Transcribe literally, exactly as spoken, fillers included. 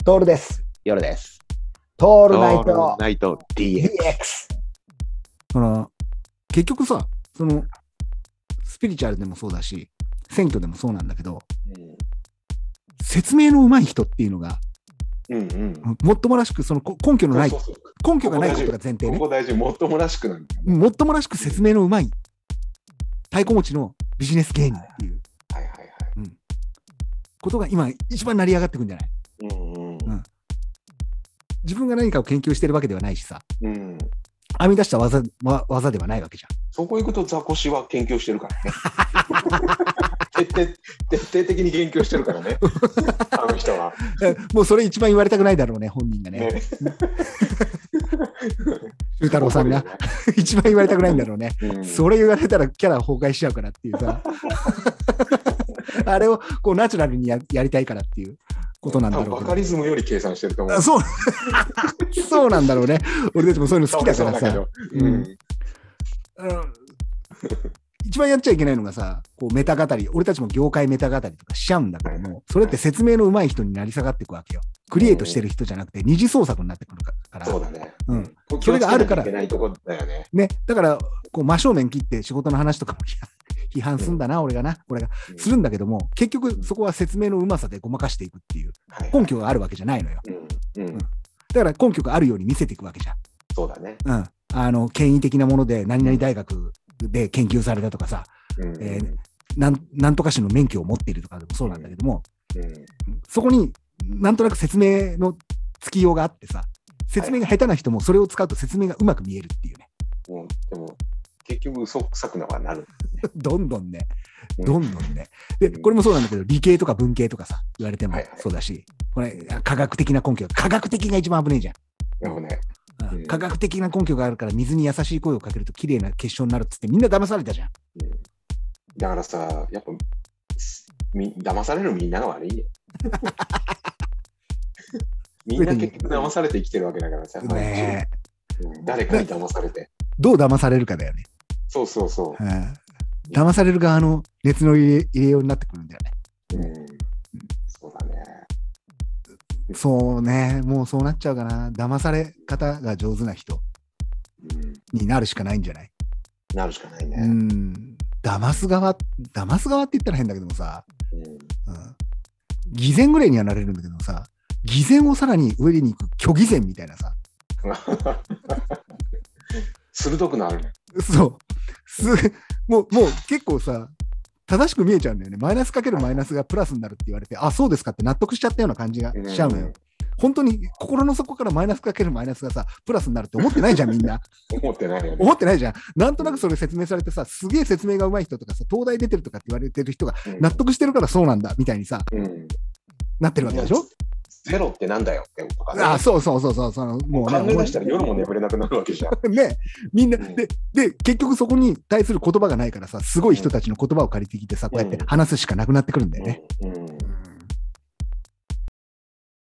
トールです。 夜です。 トールナイトナイト ディーエックス。 ディーエックス だから結局さ、そのスピリチュアルでもそうだし、選挙でもそうなんだけど、うん、説明の上手い人っていうのが、うんうん、もっともらしくその根拠のない、そうそうそう根拠がないことが前提ね。 ここ大事、もっともらしくなんだよね。もっともらしく説明の上手い太鼓持ちのビジネス芸人っていう、はいはいはいうん、ことが今一番成り上がってくんじゃない？うんうんうん、自分が何かを研究してるわけではないしさ、うん、編み出した技、技ではないわけじゃん。 そこ行くとザコシは研究してるからね。徹底、徹底的に研究してるからね。あの人は。 もうそれ一番言われたくないだろうね、本人がね。ね修太郎さんが一番言われたくないんだろうね。うん、それ言われたらキャラ崩壊しちゃうからっていうさ。あれをこうナチュラルに や, やりたいからっていうことなんだろうけど。 バカリズムより計算してると思う。 そう。そうなんだろうね。俺たちもそういうの好きだからさ。うん。一番やっちゃいけないのがさ、こうメタ語り、俺たちも業界メタ語りとかしちゃうんだけども、それって説明の上手い人になり下がっていくわけよ。クリエイトしてる人じゃなくて二次創作になってくるから。 そうだね。 うん。それがあるから。 いけないとこだよね。 ね。だから、こう真正面切って仕事の話とかも批判するんだな、うん、俺がな、俺が、うん、するんだけども、結局そこは説明のうまさでごまかしていくっていう根拠があるわけじゃないのよ。うんうんうん、だから根拠があるように見せていくわけじゃん。 そうだね。 うん。あの、権威的なもので何々大学で研究されたとかさ、うんえー、なん、なんとかしの免許を持っているとかでもそうなんだけども、うんうん、そこになんとなく説明のつきようがあってさ、説明が下手な人もそれを使うと説明がうまく見えるっていうね。 うん、でも結局嘘くさくなはなる、ね、 どんどんね、どんどんね。で、これもそうなんだけど、理系とか文系とかさ、言われてもそうだし、はいはい、これ、科学的な根拠、科学的が一番危ねえじゃん。 なるほどね。 うん、科学的な根拠があるから水に優しい声をかけると綺麗な結晶になるっつってみんな騙されたじゃん。うん、 だからさ、やっぱみ騙されるみんなが悪いよ。みんな結局騙されて生きてるわけだからさ、ねうん、誰かに騙されて。 どう騙されるかだよね。 そうそうそう。 うん、騙される側の熱の入れ、入れようになってくるんだよね。うん、 そうだね。 そうね、もうそうなっちゃうかな。騙され方が上手な人になるしかないんじゃない？ なるしかないね。 うん。騙す側、騙す側って言ったら変だけどもさ、うんうん、偽善ぐらいにはなれるんだけどさ、偽善をさらに上に行く虚偽善みたいなさ。 鋭くなるね。 そう。すもう、もう結構さ、正しく見えちゃうんだよね。マイナスかけるマイナスがプラスになるって言われて、あ、そうですかって納得しちゃったような感じがしちゃうのよ。うん、本当に心の底からマイナスかけるマイナスがさ、プラスになるって思ってないじゃん、みんな。 思ってないよね。 思ってないじゃん。なんとなくそれ説明されてさ、すげえ説明が上手い人とかさ、東大出てるとかって言われてる人が納得してるからそうなんだ、みたいにさ、うん、なってるわけでしょ？ ゼロってなんだよってとかね。 ああ、そうそうそうそう。そのもう考え出したら夜も眠れなくなるわけじゃん。 ね、みんな、うん、で、で、結局そこに対する言葉がないからさ、すごい人たちの言葉を借りてきてさ、こうやって話すしかなくなってくるんだよね。うんうん、